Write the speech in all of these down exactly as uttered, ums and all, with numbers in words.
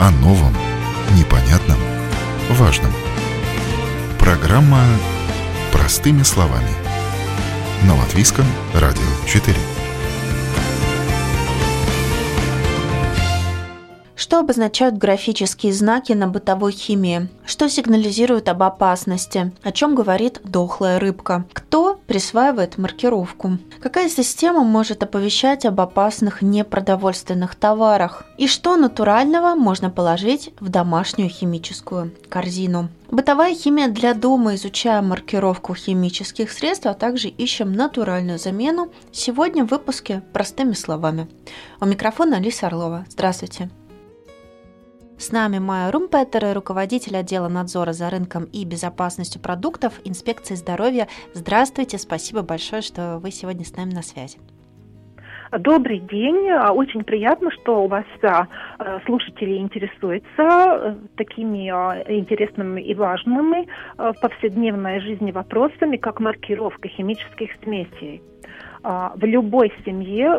О новом, непонятном, важном. Программа «Простыми словами» на Латвийском радио четыре. Что обозначают графические знаки на бытовой химии? Что сигнализирует об опасности? О чем говорит дохлая рыбка? Кто присваивает маркировку? Какая система может оповещать об опасных непродовольственных товарах? И что натурального можно положить в домашнюю химическую корзину? Бытовая химия для дома. Изучаем маркировку химических средств, а также ищем натуральную замену. Сегодня в выпуске «Простыми словами». У микрофона Алиса Орлова. Здравствуйте. С нами Майя Румпетер, руководитель отдела надзора за рынком и безопасностью продуктов инспекции здоровья. Здравствуйте, спасибо большое, что вы сегодня с нами на связи. Добрый день. Очень приятно, что у вас слушатели интересуются такими интересными и важными в повседневной жизни вопросами, как маркировка химических смесей. В любой семье,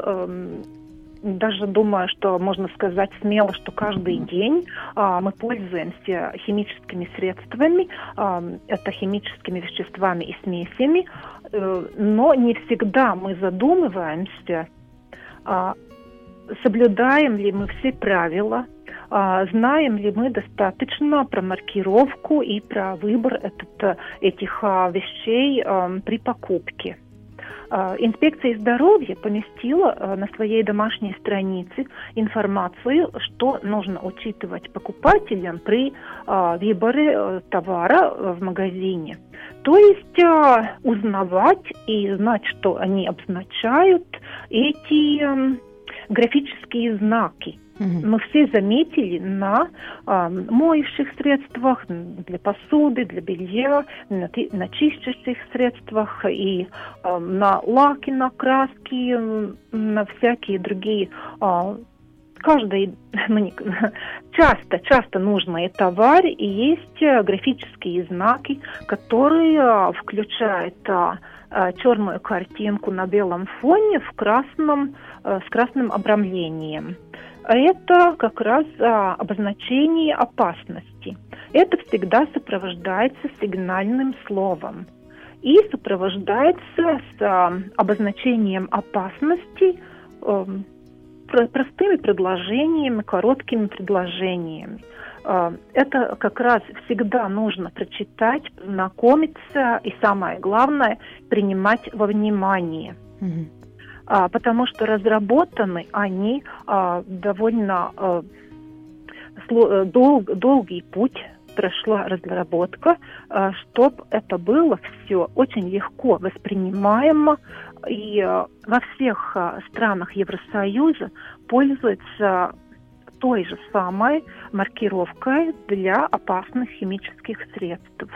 даже думаю, что можно сказать смело, что каждый день а, мы пользуемся химическими средствами, а, это химическими веществами и смесями, э, но не всегда мы задумываемся, а, соблюдаем ли мы все правила, а, знаем ли мы достаточно про маркировку и про выбор этот, этих а, вещей а, при покупке. Инспекция здоровья поместила на своей домашней странице информацию, что нужно учитывать покупателям при выборе товара в магазине. То есть узнавать и знать, что они обозначают эти графические знаки. Mm-hmm. Мы все заметили на э, моющих средствах для посуды, для белья, на, на чистящих средствах и э, на лаки, на краски, на всякие другие. Э, каждый часто, часто нужный товар, и есть графические знаки, которые э, включают э, черную картинку на белом фоне в красном, э, с красным обрамлением. Это как раз а, обозначение опасности. Это всегда сопровождается сигнальным словом и сопровождается с а, обозначением опасности а, простыми предложениями, короткими предложениями. А, это как раз всегда нужно прочитать, знакомиться и, самое главное, принимать во внимание. Mm-hmm. А, потому что разработаны они а, довольно а, сло, дол, долгий путь, прошла разработка, а, чтобы это было все очень легко воспринимаемо, и а, во всех а, странах Евросоюза пользуются той же самой маркировкой для опасных химических средств.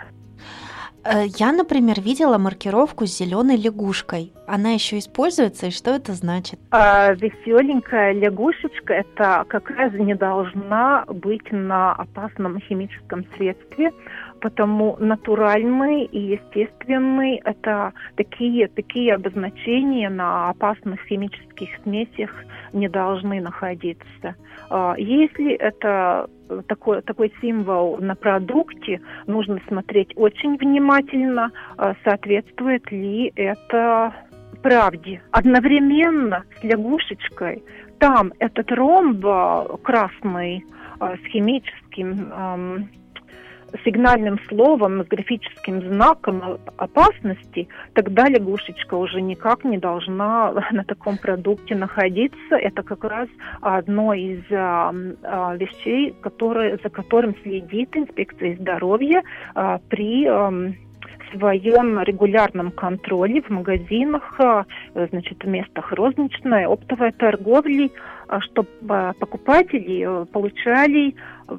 Я, например, видела маркировку с зеленой лягушкой. Она еще используется, и что это значит? А, веселенькая лягушечка, это как раз не должна быть на опасном химическом средстве, потому натуральный и естественный – это такие, такие обозначения на опасных химических смесях не должны находиться. А, если это такой, такой символ на продукте, нужно смотреть очень внимательно, соответствует ли это правде. Одновременно с лягушечкой там этот ромб красный с химическим сигнальным словом, с графическим знаком опасности, тогда лягушечка уже никак не должна на таком продукте находиться. Это как раз одно из а, а, вещей, которые, за которым следит инспекция здоровья а, при а, своем регулярном контроле в магазинах, а, значит, в местах розничной, оптовой торговли, а, чтобы покупатели получали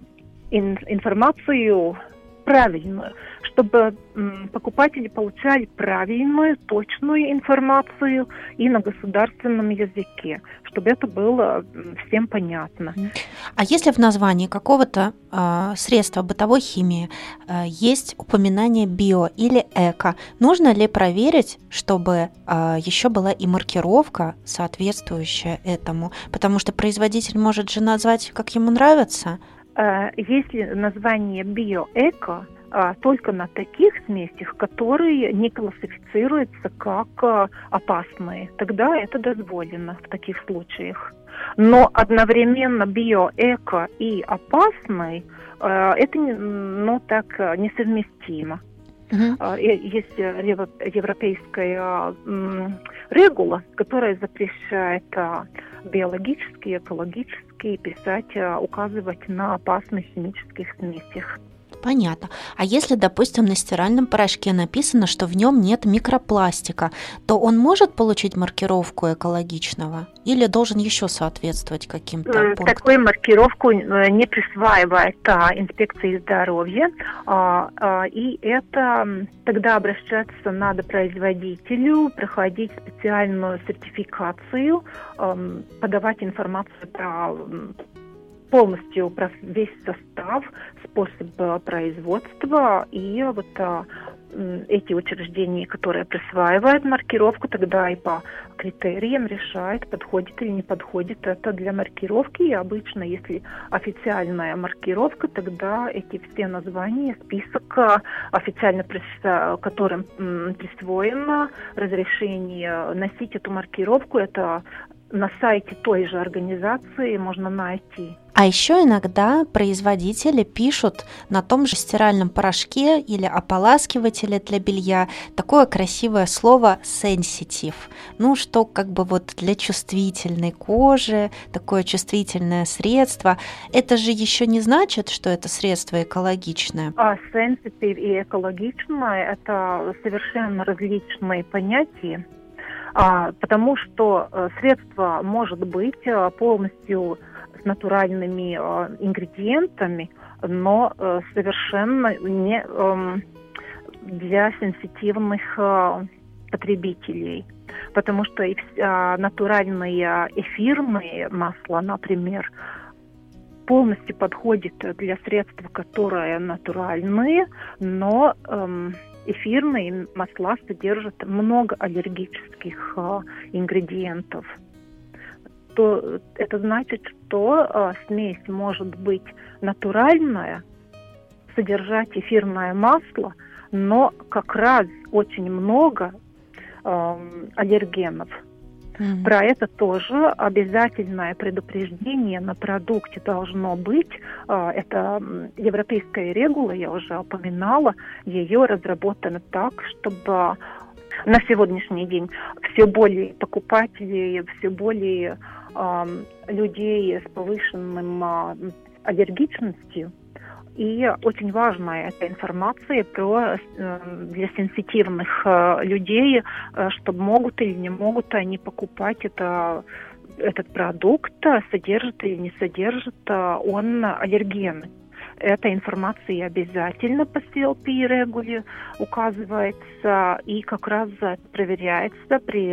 информацию правильную, чтобы м, покупатели получали правильную, точную информацию и на государственном языке, чтобы это было всем понятно. А если в названии какого-то э, средства бытовой химии э, есть упоминание био или эко, нужно ли проверить, чтобы э, еще была и маркировка, соответствующая этому? Потому что производитель может же назвать, как ему нравится. Если название биоэко только на таких смесях, которые не классифицируются как опасные, тогда это дозволено в таких случаях. Но одновременно биоэко и опасный это, ну, так несовместимо. Uh-huh. Есть европейская регула, которая запрещает биологические, экологические писать, указывать на опасность химических смесях. Понятно. А если, допустим, на стиральном порошке написано, что в нем нет микропластика, то он может получить маркировку экологичного или должен еще соответствовать каким-то пунктам? Такую маркировку не присваивает инспекция здоровья, и это тогда обращаться надо производителю, проходить специальную сертификацию, подавать информацию про полностью про весь состав, способ производства, и вот а, эти учреждения, которые присваивают маркировку, тогда и по критериям решают, подходит или не подходит это для маркировки. И обычно, если официальная маркировка, тогда эти все названия, список официально, которым присвоено разрешение носить эту маркировку, это на сайте той же организации можно найти. А еще иногда производители пишут на том же стиральном порошке или ополаскивателе для белья такое красивое слово «sensitive». Ну, что как бы вот для чувствительной кожи, такое чувствительное средство. Это же еще не значит, что это средство экологичное. А sensitive и экологичное – это совершенно различные понятия. А, потому что а, средство может быть а, полностью с натуральными а, ингредиентами, но а, совершенно не а, для сенситивных а, потребителей. Потому что и, а, натуральные эфирные масла, например, полностью подходят для средств, которые натуральные, но а, эфирные масла содержат много аллергических э, ингредиентов. То это значит, что э, смесь может быть натуральная, содержать эфирное масло, но как раз очень много э, аллергенов. Mm-hmm. Про это тоже обязательное предупреждение на продукте должно быть. Это европейская регула, я уже упоминала, ее разработано так, чтобы на сегодняшний день все более покупателей, все более э, людей с повышенным э, аллергичностью. И очень важная эта информация про, для сенситивных людей, что могут или не могут они покупать это, этот продукт, содержит или не содержит он аллергены. Эта информация обязательно по си эл пи регуле указывается и как раз проверяется при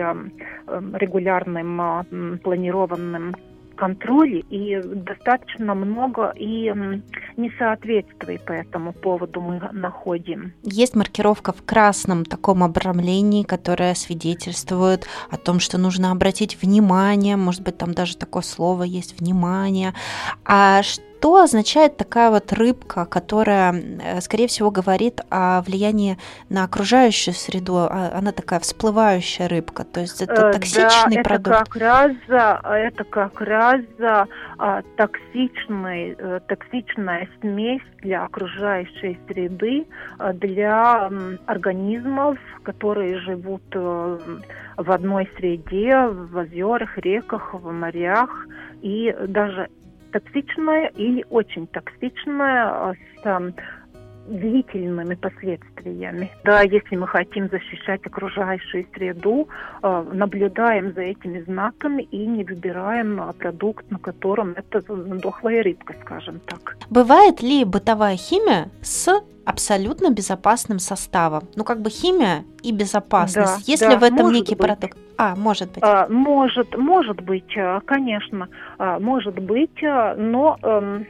регулярном планированном контроле, и достаточно много и несоответствий по этому поводу мы находим. Есть маркировка в красном таком обрамлении, которая свидетельствует о том, что нужно обратить внимание, может быть, там даже такое слово есть «внимание». А что означает такая вот рыбка, которая, скорее всего, говорит о влиянии на окружающую среду? Она такая всплывающая рыбка, то есть это токсичный да, продукт? Это как раз, это как раз а, токсичный, токсичная смесь для окружающей среды, для организмов, которые живут в одной среде, в озерах, реках, в морях, и даже токсичная или очень токсичная с длительными последствиями. Да, если мы хотим защищать окружающую среду, наблюдаем за этими знаками и не выбираем продукт, на котором это дохлая рыбка, скажем так. Бывает ли бытовая химия с абсолютно безопасным составом? Ну, как бы химия и безопасность. Да, Есть да, ли в этом может некий быть. продукт? А, может быть. А, может, может быть, конечно, может быть, но эм,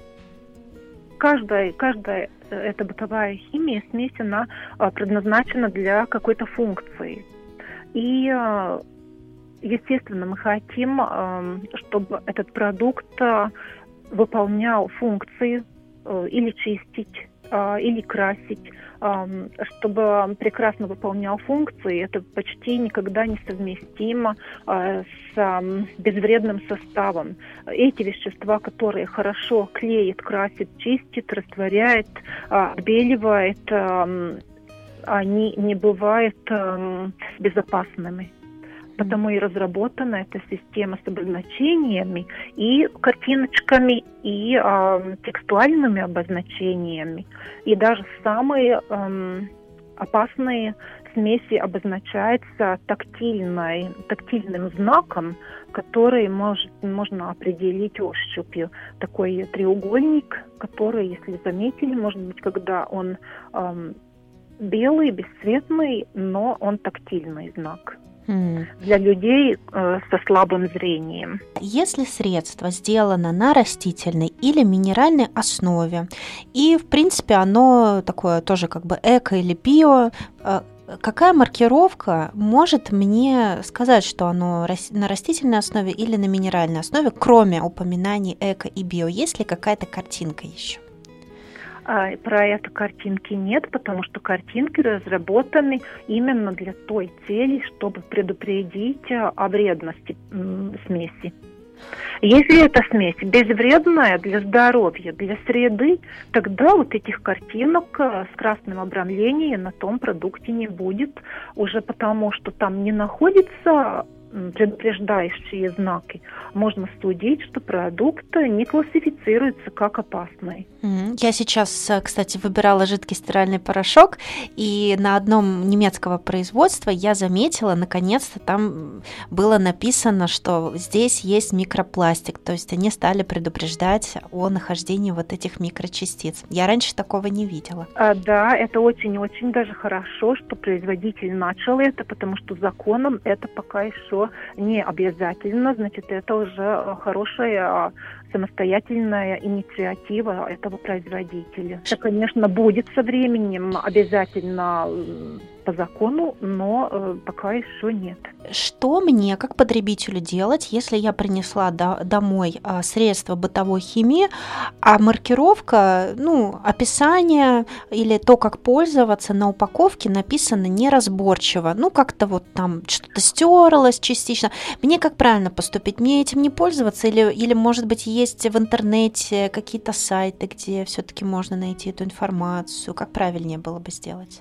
каждая, каждая эта бытовая химия, смесь, она предназначена для какой-то функции. И, естественно, мы хотим, чтобы этот продукт выполнял функции э, или чистить, э, или красить, э, чтобы прекрасно выполнял функции, это почти никогда не совместимо э, с э, безвредным составом. Эти вещества, которые хорошо клеит, красит, чистит, растворяет, э, отбеливает, э, они не бывают э, безопасными. Потому и разработана эта система с обозначениями и картиночками, и э, текстуальными обозначениями. И даже самые э, опасные смеси обозначаются тактильной, тактильным знаком, который может, можно определить ощупью. Такой треугольник, который, если заметили, может быть, когда он э, белый, бесцветный, но он тактильный знак. Для людей э, со слабым зрением. Если средство сделано на растительной или минеральной основе, и, в принципе, оно такое тоже как бы эко или био, э, какая маркировка может мне сказать, что оно на растительной основе или на минеральной основе, кроме упоминаний эко и био? Есть ли какая-то картинка еще? Про это картинки нет, потому что картинки разработаны именно для той цели, чтобы предупредить о вредности смеси. Если эта смесь безвредная для здоровья, для среды, тогда вот этих картинок с красным обрамлением на том продукте не будет, уже потому что там не находится предупреждающие знаки, можно судить, что продукт не классифицируется как опасный. Я сейчас, кстати, выбирала жидкий стиральный порошок, и на одном немецкого производства я заметила, наконец-то там было написано, что здесь есть микропластик, то есть они стали предупреждать о нахождении вот этих микрочастиц. Я раньше такого не видела. А, да, это очень-очень даже хорошо, что производитель начал это, потому что законом это пока еще не обязательно, значит, это уже хорошая самостоятельная инициатива этого производителя. Это, конечно, будет со временем обязательно по закону, но э, пока еще нет. Что мне, как потребителю, делать, если я принесла до, домой а, средства бытовой химии, а маркировка, ну, описание или то, как пользоваться на упаковке написано неразборчиво, ну, как-то вот там что-то стерлось частично. Мне как правильно поступить? Мне этим не пользоваться или, или может быть, есть в интернете какие-то сайты, где все-таки можно найти эту информацию? Как правильнее было бы сделать?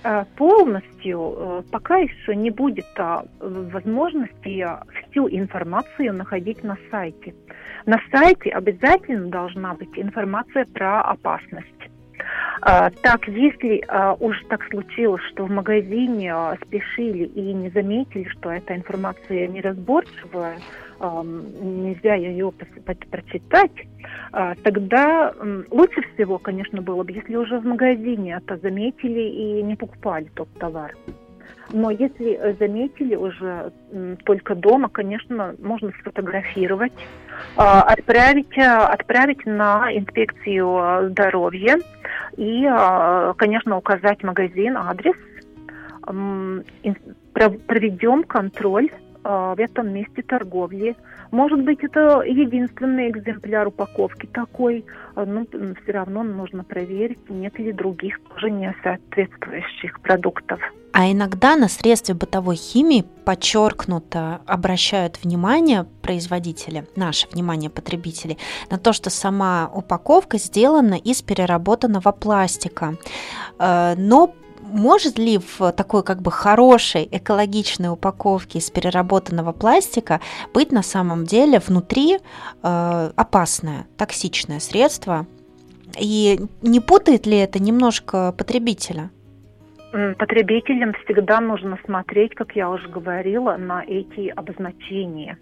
Полностью пока еще не будет возможности всю информацию находить на сайте. На сайте обязательно должна быть информация про опасность. Так, если уж так случилось, что в магазине спешили и не заметили, что эта информация неразборчивая, нельзя ее прочитать, тогда лучше всего, конечно, было бы, если уже в магазине это заметили и не покупали тот товар. Но если заметили уже только дома, конечно, можно сфотографировать, отправить, отправить на инспекцию здоровья и, конечно, указать магазин, адрес, проведем контроль в этом месте торговли. Может быть, это единственный экземпляр упаковки такой, но все равно нужно проверить, нет ли других тоже несоответствующих продуктов. А иногда на средства бытовой химии подчеркнуто обращают внимание производители, наше внимание потребителей, на то, что сама упаковка сделана из переработанного пластика. Но может ли в такой как бы хорошей экологичной упаковке из переработанного пластика быть на самом деле внутри э, опасное, токсичное средство? И не путает ли это немножко потребителя? Потребителям всегда нужно смотреть, как я уже говорила, на эти обозначения.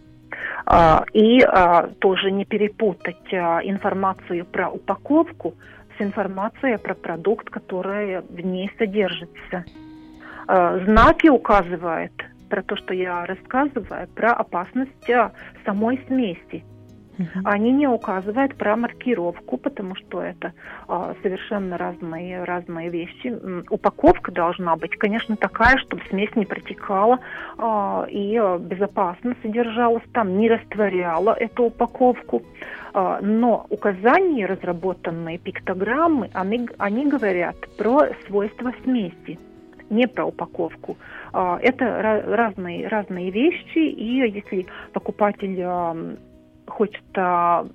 И тоже не перепутать информацию про упаковку с информацией про продукт, который в ней содержится. Знаки указывают про то, что я рассказываю, про опасность самой смеси. Uh-huh. Они не указывают про маркировку, потому что это а, совершенно разные, разные вещи. Упаковка должна быть, конечно, такая, чтобы смесь не протекала а, и а, безопасно содержалась там, не растворяла эту упаковку. А, но указания, разработанные пиктограммы, они, они говорят про свойства смеси, не про упаковку. А, это разные, разные вещи, и если покупатель а, хочет а,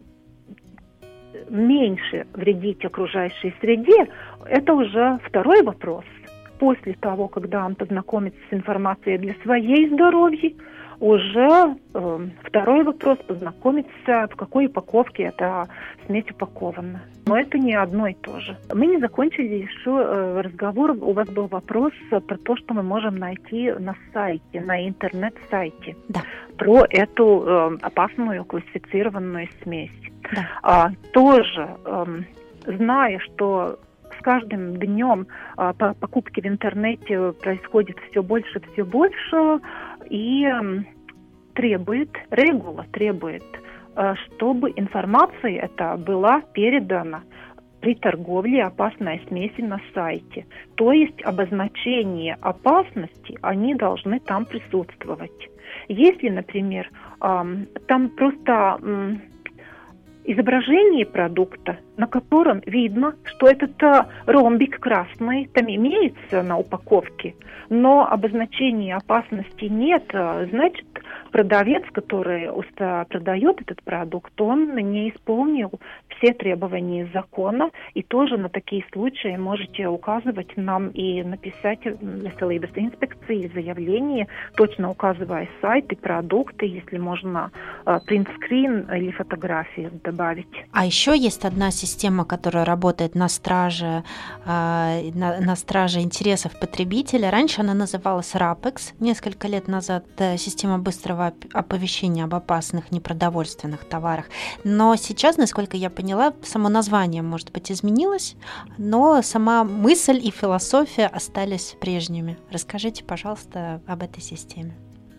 меньше вредить окружающей среде, это уже второй вопрос. После того, когда он познакомится с информацией для своей здоровья, уже э, второй вопрос познакомиться, в какой упаковке эта смесь упакована. Но это не одно и то же. Мы не закончили еще э, разговор. У вас был вопрос про то, что мы можем найти на сайте, на интернет-сайте, да, про эту э, опасную классифицированную смесь. Да. А, тоже, э, зная, что с каждым днем э, покупки в интернете происходит все больше, все больше, и э, требует, регула требует, э, чтобы информация эта была передана при торговле опасной смеси на сайте. То есть обозначение опасности, они должны там присутствовать. Если, например, э, там просто э, изображение продукта, на котором видно, что этот ромбик красный там имеется на упаковке, но обозначения опасности нет, значит, продавец, который продает этот продукт, он не исполнил все требования закона, и тоже на такие случаи можете указывать нам и написать Veselības инспекции заявление, точно указывая сайт и продукты, если можно принтскрин или фотографии добавить. А еще есть одна система, которая работает на страже, на, на страже интересов потребителя. Раньше она называлась рапекс, несколько лет назад, система быстрого оповещения об опасных непродовольственных товарах. Но сейчас, насколько я поняла, само название, может быть, изменилось, но сама мысль и философия остались прежними. Расскажите, пожалуйста, об этой системе.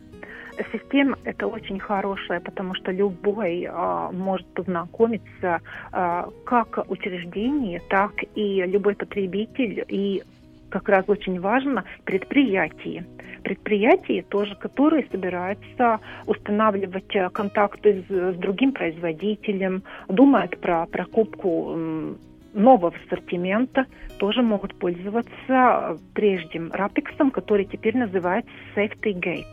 Система это очень хорошая, потому что любой а, может познакомиться а, как учреждение, так и любой потребитель, и как раз очень важно предприятие. Предприятия тоже, которые собираются устанавливать контакты с, с другим производителем, думают про покупку нового ассортимента, тоже могут пользоваться прежним рапексом, который теперь называется SafetyGate.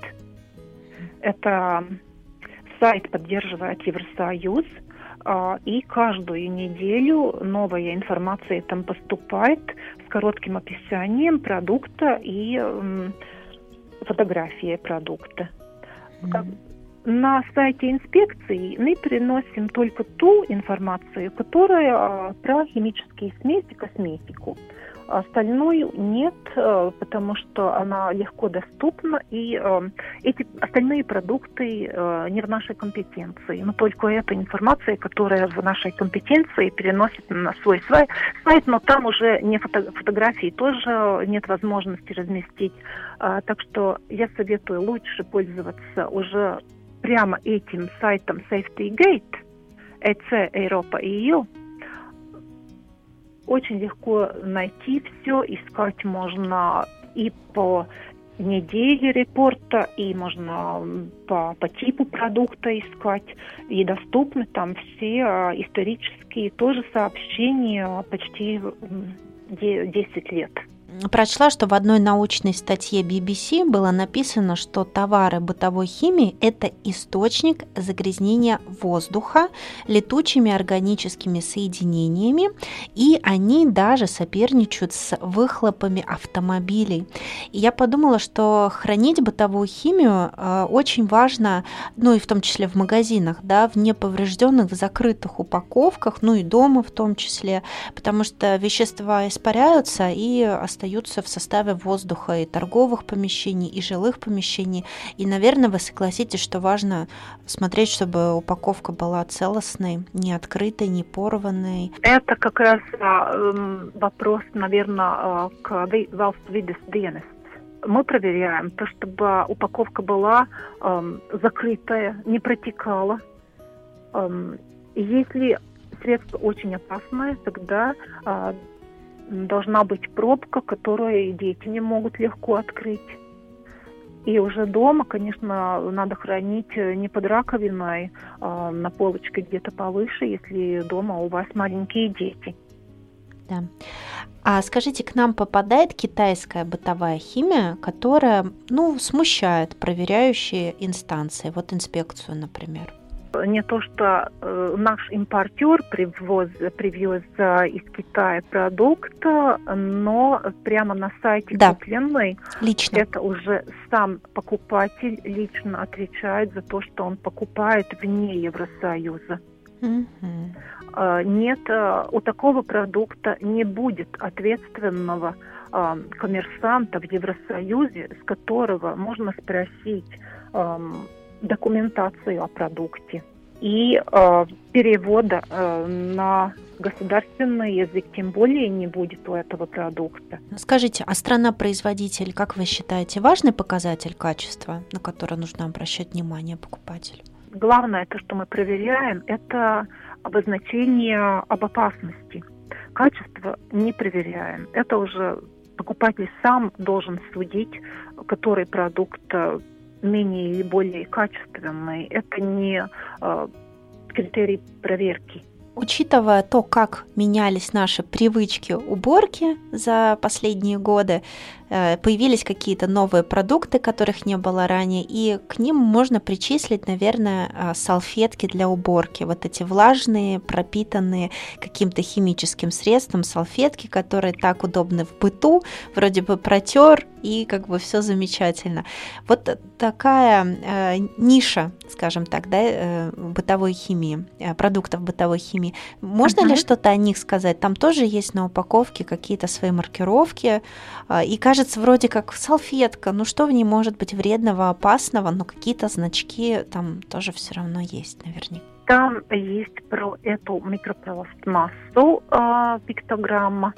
Это сайт поддерживает Евросоюз, и каждую неделю новая информация там поступает с коротким описанием продукта и фотографией продукта. Mm-hmm. На сайте инспекции мы приносим только ту информацию, которая про химические смеси и косметику. Остальную нет, потому что она легко доступна, и эти остальные продукты не в нашей компетенции. Но только эта информация, которая в нашей компетенции, переносит на свой сайт, но там уже не фото- фотографии, тоже нет возможности разместить. Так что я советую лучше пользоваться уже прямо этим сайтом SafetyGate, и си Europa точка и ю. Очень легко найти все, искать можно и по неделе репорта, и можно по, по типу продукта искать, и доступны там все а, исторические тоже сообщения почти десять лет. Прочла, что в одной научной статье би би си было написано, что товары бытовой химии – это источник загрязнения воздуха летучими органическими соединениями, и они даже соперничают с выхлопами автомобилей. И я подумала, что хранить бытовую химию очень важно, ну и в том числе в магазинах, да, в неповрежденных, в закрытых упаковках, ну и дома в том числе, потому что вещества испаряются и остаются остаются в составе воздуха и торговых помещений, и жилых помещений. И, наверное, вы согласитесь, что важно смотреть, чтобы упаковка была целостной, не открытой, не порванной. Это как раз э, вопрос, наверное, к Valsts vides dienas. Мы проверяем то, чтобы упаковка была э, закрытая, не протекала. Если средство очень опасное, тогда должна быть пробка, которую дети не могут легко открыть. И уже дома, конечно, надо хранить не под раковиной, а на полочке где-то повыше, если дома у вас маленькие дети. Да. А скажите, к нам попадает китайская бытовая химия, которая, ну, смущает проверяющие инстанции, вот инспекцию, например? Не то, что э, наш импортер привез, привез из Китая продукт, но прямо на сайте да. купленный, лично. Это уже сам покупатель лично отвечает за то, что он покупает вне Евросоюза. Угу. Э, нет, э, у такого продукта не будет ответственного э, коммерсанта в Евросоюзе, с которого можно спросить э, документацию о продукте и э, перевода э, на государственный язык, тем более не будет у этого продукта. Скажите, а страна-производитель, как вы считаете, важный показатель качества, на который нужно обращать внимание покупателю? Главное, то, что мы проверяем, это обозначение об опасности. Качество не проверяем. Это уже покупатель сам должен судить, который продукт менее или более качественный. Это не э, критерий проверки. Учитывая то, как менялись наши привычки уборки за последние годы, появились какие-то новые продукты, которых не было ранее, и к ним можно причислить, наверное, салфетки для уборки. Вот эти влажные, пропитанные каким-то химическим средством салфетки, которые так удобны в быту, вроде бы протер, и как бы все замечательно. Вот такая э, ниша, скажем так, да, э, бытовой химии, э, продуктов бытовой химии. Можно uh-huh. ли что-то о них сказать? Там тоже есть на упаковке какие-то свои маркировки, э, и кажется, вроде как салфетка, ну что в ней может быть вредного, опасного, но какие-то значки там тоже все равно есть наверняка. Там есть про эту микропластмассу э, пиктограмма.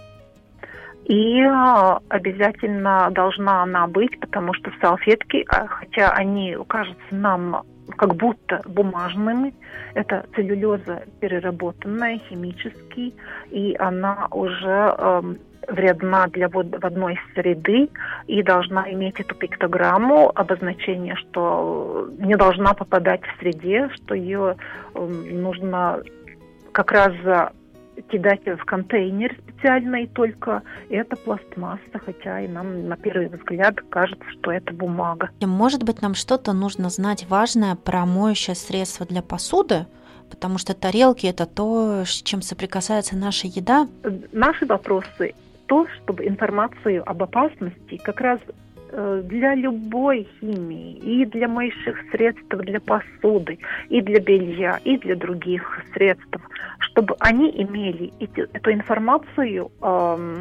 И обязательно должна она быть, потому что салфетки, хотя они кажутся нам как будто бумажными, это целлюлеза переработанная химически, и она уже э, вредна для водной среды и должна иметь эту пиктограмму, обозначение, что не должна попадать в среде, что ее э, нужно как раз кидать в контейнер специальный только. Это пластмасса, хотя и нам на первый взгляд кажется, что это бумага. Может быть, нам что-то нужно знать важное про моющее средство для посуды? Потому что тарелки – это то, с чем соприкасается наша еда. Наши вопросы – то, чтобы информацию об опасности как раз для любой химии, и для моющих средств, для посуды, и для белья, и для других средств, чтобы они имели эти, эту информацию э,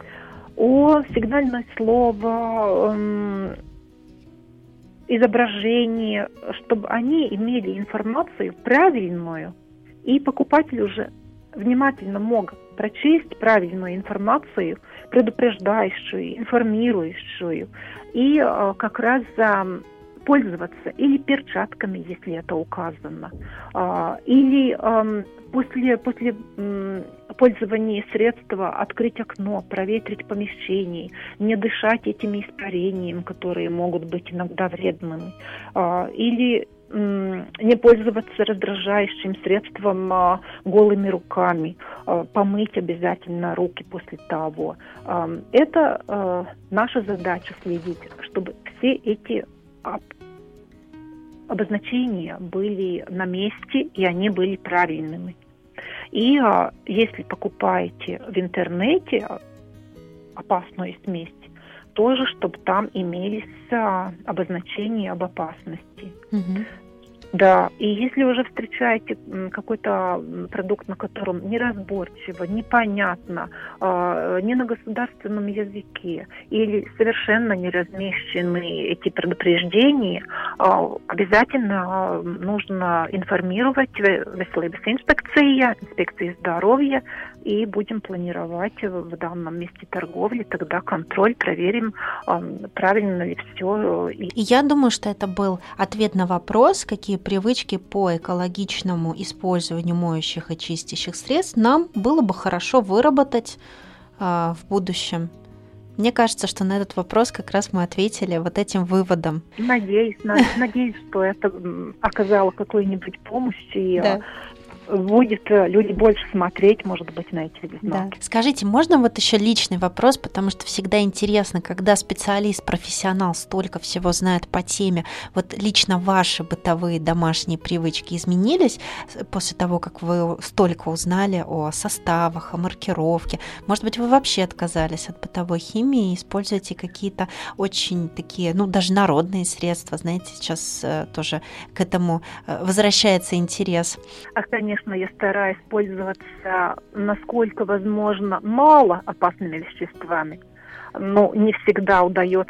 о сигнальное слово, э, изображении, чтобы они имели информацию правильную, и покупатель уже внимательно мог прочесть правильную информацию, предупреждающую, информирующую, и э, как раз э, пользоваться или перчатками, если это указано, э, или э, после, после э, пользования средства открыть окно, проветрить помещение, не дышать этими испарениями, которые могут быть иногда вредными, э, или не пользоваться раздражающим средством а, голыми руками, а, помыть обязательно руки после того. А, это а, наша задача следить, чтобы все эти об, обозначения были на месте и они были правильными. И а, если покупаете в интернете опасную смесь, тоже, чтобы там имелись а, обозначения об опасности. Угу. Да, и если уже встречаете какой-то продукт, на котором неразборчиво, непонятно, э, не на государственном языке, или совершенно не размещены эти предупреждения, э, обязательно нужно информировать Veselības инспекция, инспекции здоровья, и будем планировать в данном месте торговли, тогда контроль, проверим, э, правильно ли все. И я думаю, что это был ответ на вопрос, какие привычки по экологичному использованию моющих и чистящих средств нам было бы хорошо выработать а, в будущем? Мне кажется, что на этот вопрос как раз мы ответили вот этим выводом. Надеюсь, надеюсь, что это оказало какую-нибудь помощь и да. будет люди больше смотреть, может быть, на эти знаки. Да. Скажите, можно вот еще личный вопрос, потому что всегда интересно, когда специалист, профессионал столько всего знает по теме, вот лично ваши бытовые домашние привычки изменились после того, как вы столько узнали о составах, о маркировке? Может быть, вы вообще отказались от бытовой химии и используете какие-то очень такие, ну, даже народные средства, знаете, сейчас э, тоже к этому э, возвращается интерес. А, конечно, я стараюсь пользоваться, насколько возможно, мало опасными веществами, но не всегда удается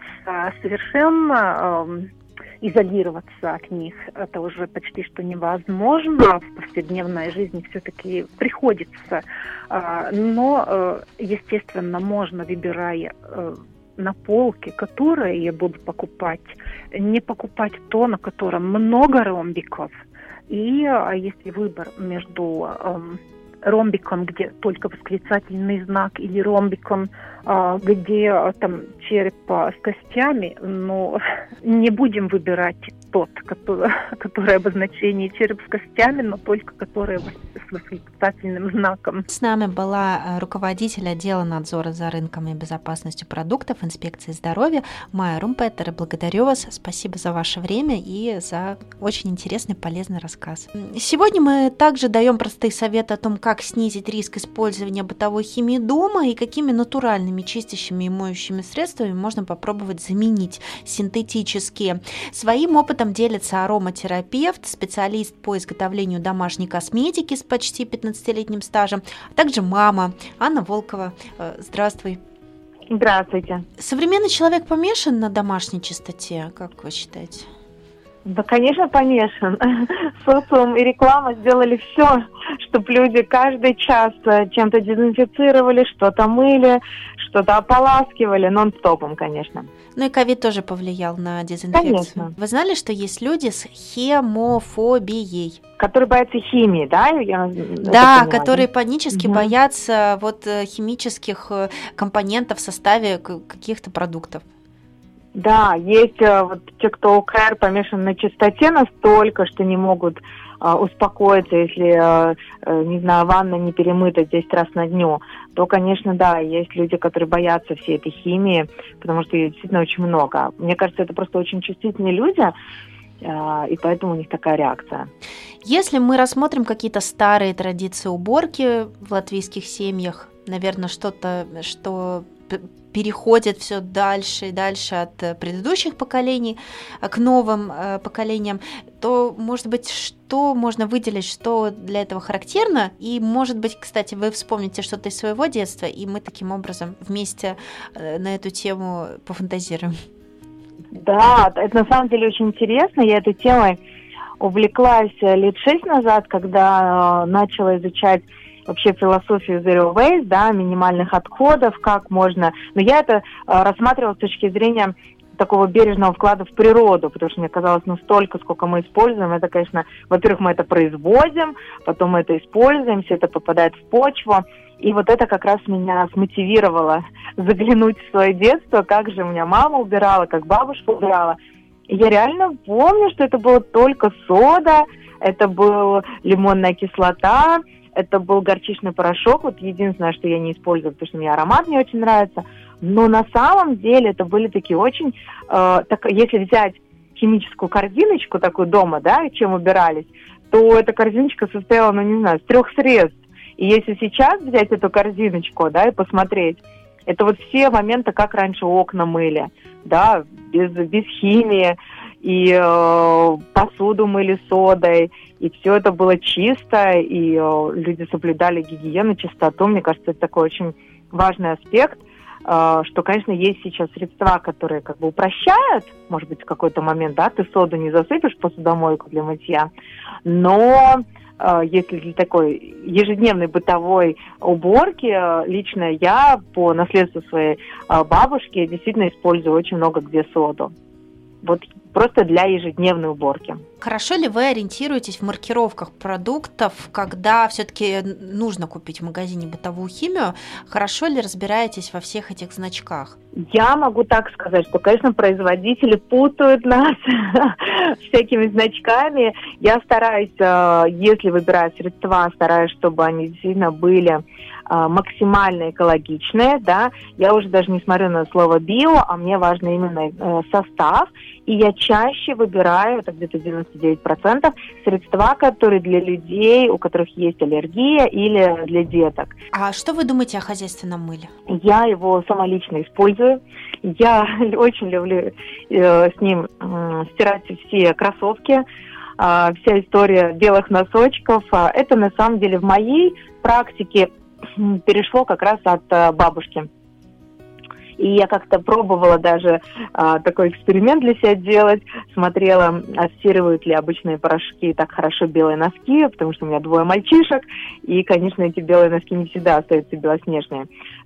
совершенно э, изолироваться от них. Это уже почти что невозможно. В повседневной жизни все-таки приходится. Э, но, э, естественно, можно, выбирая э, на полке, которые я буду покупать, не покупать то, на котором много ромбиков. И а если выбор между эм, ромбиком, где только восклицательный знак, или ромбиком, э, где э, там череп с костями, но не будем выбирать тот, который, который обозначение череп с костями, но только который с восклицательным знаком. С нами была руководитель отдела надзора за рынком и безопасностью продуктов инспекции здоровья Майя Румпетер. Благодарю вас. Спасибо за ваше время и за очень интересный, полезный рассказ. Сегодня мы также даем простые советы о том, как снизить риск использования бытовой химии дома и какими натуральными чистящими и моющими средствами можно попробовать заменить синтетические. Своим опытом делится ароматерапевт, специалист по изготовлению домашней косметики с почти пятнадцатилетним стажем, а также мама Анна Волкова. Здравствуй. Здравствуйте. Современный человек помешан на домашней чистоте, как вы считаете? Да, конечно, помешан. Социум и реклама сделали все, чтобы люди каждый час чем-то дезинфицировали, что-то мыли, что-то ополаскивали, нон-стопом, конечно. Ну и ковид тоже повлиял на дезинфекцию. Конечно. Вы знали, что есть люди с хемофобией? Которые боятся химии, да? Я да, которые панически угу. боятся вот химических компонентов в составе каких-то продуктов. Да, есть вот те, кто ОКР помешан на чистоте настолько, что не могут а, успокоиться, если, а, не знаю, ванна не перемыта десять раз на дню, то, конечно, да, есть люди, которые боятся всей этой химии, потому что ее действительно очень много. Мне кажется, это просто очень чувствительные люди, а, и поэтому у них такая реакция. Если мы рассмотрим какие-то старые традиции уборки в латвийских семьях, наверное, что-то, что переходит все дальше и дальше от предыдущих поколений к новым поколениям, то, может быть, что можно выделить, что для этого характерно? И, может быть, кстати, вы вспомните что-то из своего детства, и мы таким образом вместе на эту тему пофантазируем. Да, это на самом деле очень интересно. Я этой темой увлеклась лет шесть назад, когда начала изучать вообще философию zero waste, да, минимальных отходов, как можно... Но я это э, рассматривала с точки зрения такого бережного вклада в природу, потому что мне казалось, ну, столько, сколько мы используем, это, конечно, во-первых, мы это производим, потом мы это используем, все это попадает в почву, и вот это как раз меня смотивировало заглянуть в свое детство, как же у меня мама убирала, как бабушка убирала. И я реально помню, что это было только сода, это была лимонная кислота, это был горчичный порошок, вот единственное, что я не использую, потому что мне аромат не очень нравится. Но на самом деле это были такие очень... Э, так, если взять химическую корзиночку такую дома, да, чем убирались, то эта корзиночка состояла, ну, не знаю, из трех средств. И если сейчас взять эту корзиночку, да, и посмотреть, это вот все моменты, как раньше окна мыли, да, без, без химии, и э, посуду мыли содой, и все это было чисто, и э, люди соблюдали гигиену, чистоту. Мне кажется, это такой очень важный аспект, э, что, конечно, есть сейчас средства, которые как бы упрощают, может быть, в какой-то момент, да, ты соду не засыпешь в посудомойку для мытья, но э, если для такой ежедневной бытовой уборки, э, лично я по наследству своей э, бабушки действительно использую очень много где соду. Вот просто для ежедневной уборки. Хорошо ли вы ориентируетесь в маркировках продуктов, когда все-таки нужно купить в магазине бытовую химию? Хорошо ли разбираетесь во всех этих значках? Я могу так сказать, что, конечно, производители путают нас всякими значками. Я стараюсь, если выбираю средства, стараюсь, чтобы они действительно были максимально экологичные, да. Я уже даже не смотрю на слово био, а мне важно именно состав. И я чаще выбираю, это где-то девяносто девять процентов, средства, которые для людей, у которых есть аллергия или для деток. А что вы думаете о хозяйственном мыле? Я его сама лично использую. Я очень люблю э, с ним э, стирать все кроссовки. Э, вся история белых носочков. Э, это на самом деле в моей практике перешло как раз от э, бабушки. И я как-то пробовала даже а, такой эксперимент для себя делать. Смотрела, отстирывают ли обычные порошки так хорошо белые носки, потому что у меня двое мальчишек, и, конечно, эти белые носки не всегда остаются белоснежные.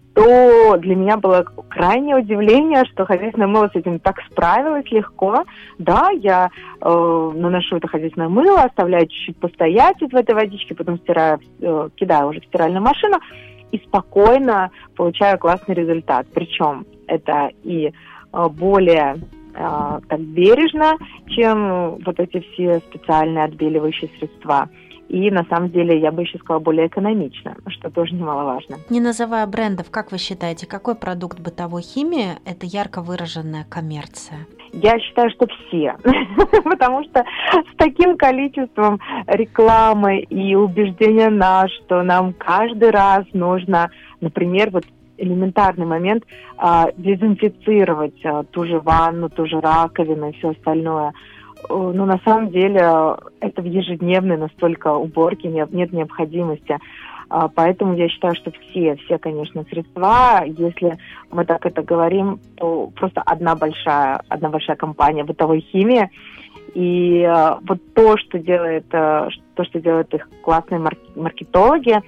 То для меня было крайнее удивление, что хозяйственное мыло с этим так справилось легко. Да, я э, наношу это хозяйственное мыло, оставляю чуть-чуть постоять в этой водичке, потом стираю, э, кидаю уже в стиральную машину, и спокойно получаю классный результат. Причем это и более э, так бережно, чем вот эти все специальные отбеливающие средства. И на самом деле, я бы еще сказала, более экономично, что тоже немаловажно. Не называя брендов, как вы считаете, какой продукт бытовой химии – это ярко выраженная коммерция? Я считаю, что все, потому что с таким количеством рекламы и убеждения нас, что нам каждый раз нужно, например, вот элементарный момент, а, дезинфицировать а, ту же ванну, ту же раковину и все остальное. Но на самом деле это в ежедневной настолько уборке нет, нет необходимости. Поэтому я считаю, что все, все, конечно, средства, если мы так это говорим, то просто одна большая, одна большая компания бытовой химии. И вот то, что делает, то, что делают их классные маркетологи,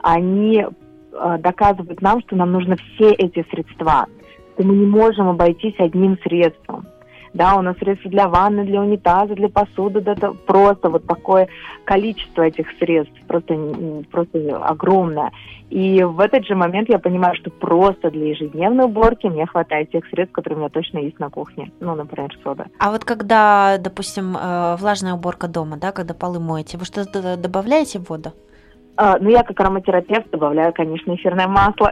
они доказывают нам, что нам нужно все эти средства, что мы не можем обойтись одним средством. Да, у нас средства для ванны, для унитаза, для посуды, да, это просто вот такое количество этих средств, просто, просто огромное. И в этот же момент я понимаю, что просто для ежедневной уборки мне хватает тех средств, которые у меня точно есть на кухне. Ну, например, сода. А вот когда, допустим, влажная уборка дома, да, когда полы моете, вы что-то добавляете в воду? Uh, ну, я как ароматерапевт добавляю, конечно, эфирное масло.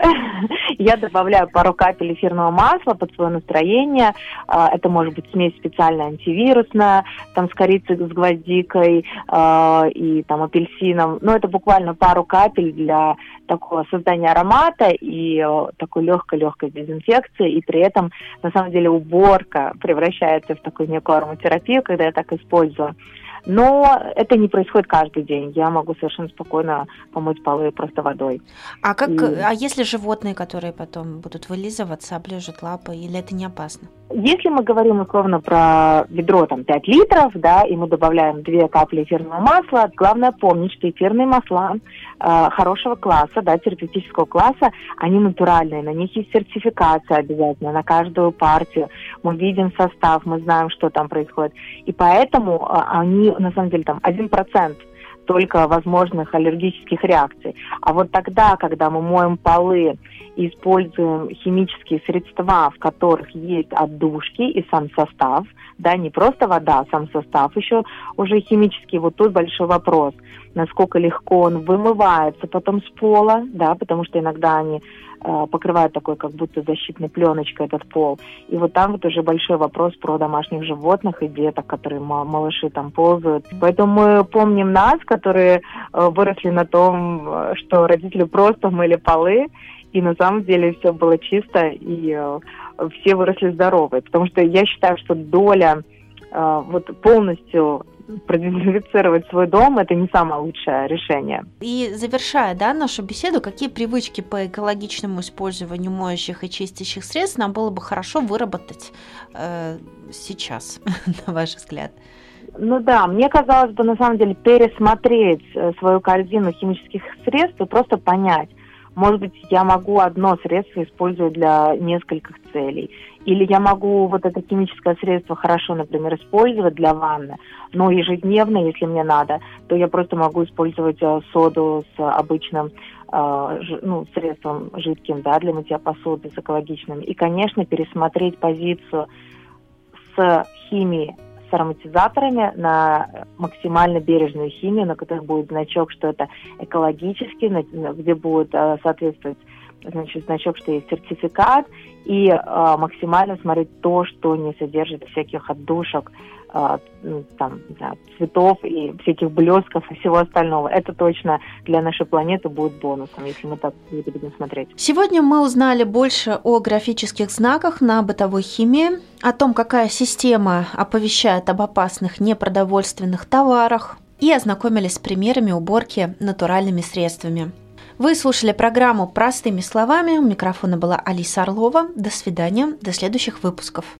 Я добавляю пару капель эфирного масла под свое настроение. Uh, это может быть смесь специальная антивирусная, там с корицей, с гвоздикой uh, и там апельсином. Но это буквально пару капель для такого создания аромата и uh, такой легкой-легкой дезинфекции. И при этом, на самом деле, уборка превращается в такую некую ароматерапию, когда я так использую. Но это не происходит каждый день. Я могу совершенно спокойно помыть полы просто водой. А как, и... а если животные, которые потом будут вылизываться, оближут лапы, или это не опасно? Если мы говорим условно про ведро там пять литров, да, и мы добавляем две капли эфирного масла, главное помнить, что эфирные масла э, хорошего класса, да, терапевтического класса, они натуральные, на них есть сертификация обязательно на каждую партию. Мы видим состав, мы знаем, что там происходит. И поэтому э, они, на самом деле, там один процент только возможных аллергических реакций. А вот тогда, когда мы моем полы и используем химические средства, в которых есть отдушки и сам состав, да, не просто вода, а сам состав еще уже химический, вот тут большой вопрос, насколько легко он вымывается потом с пола, да, потому что иногда они э, покрывают такой как будто защитной пленочкой этот пол. И вот там вот уже большой вопрос про домашних животных и деток, которые малыши там ползают. Поэтому мы помним нас, которые э, выросли на том, что родители просто мыли полы, и на самом деле все было чисто, и э, все выросли здоровые. Потому что я считаю, что доля э, вот полностью продезинфицировать свой дом – это не самое лучшее решение. И завершая, да, нашу беседу, какие привычки по экологичному использованию моющих и чистящих средств нам было бы хорошо выработать э, сейчас, на ваш взгляд? Ну да, мне казалось бы, на самом деле, пересмотреть свою корзину химических средств и просто понять, Может быть, я могу одно средство использовать для нескольких целей. Или я могу вот это химическое средство хорошо, например, использовать для ванны, но ежедневно, если мне надо, то я просто могу использовать соду с обычным ну, средством жидким, да, для мытья посуды, с экологичным. И, конечно, пересмотреть позицию с химией, с ароматизаторами на максимально бережную химию, на которой будет значок, что это экологически, где будет соответствовать, значит, значок, что есть сертификат, и э, максимально смотреть то, что не содержит всяких отдушек, э, там, не знаю, цветов и всяких блесков и всего остального. Это точно для нашей планеты будет бонусом, если мы так будем смотреть. Сегодня мы узнали больше о графических знаках на бытовой химии, о том, какая система оповещает об опасных непродовольственных товарах, и ознакомились с примерами уборки натуральными средствами. Вы слушали программу «Простыми словами». У микрофона была Алиса Орлова. До свидания. До следующих выпусков.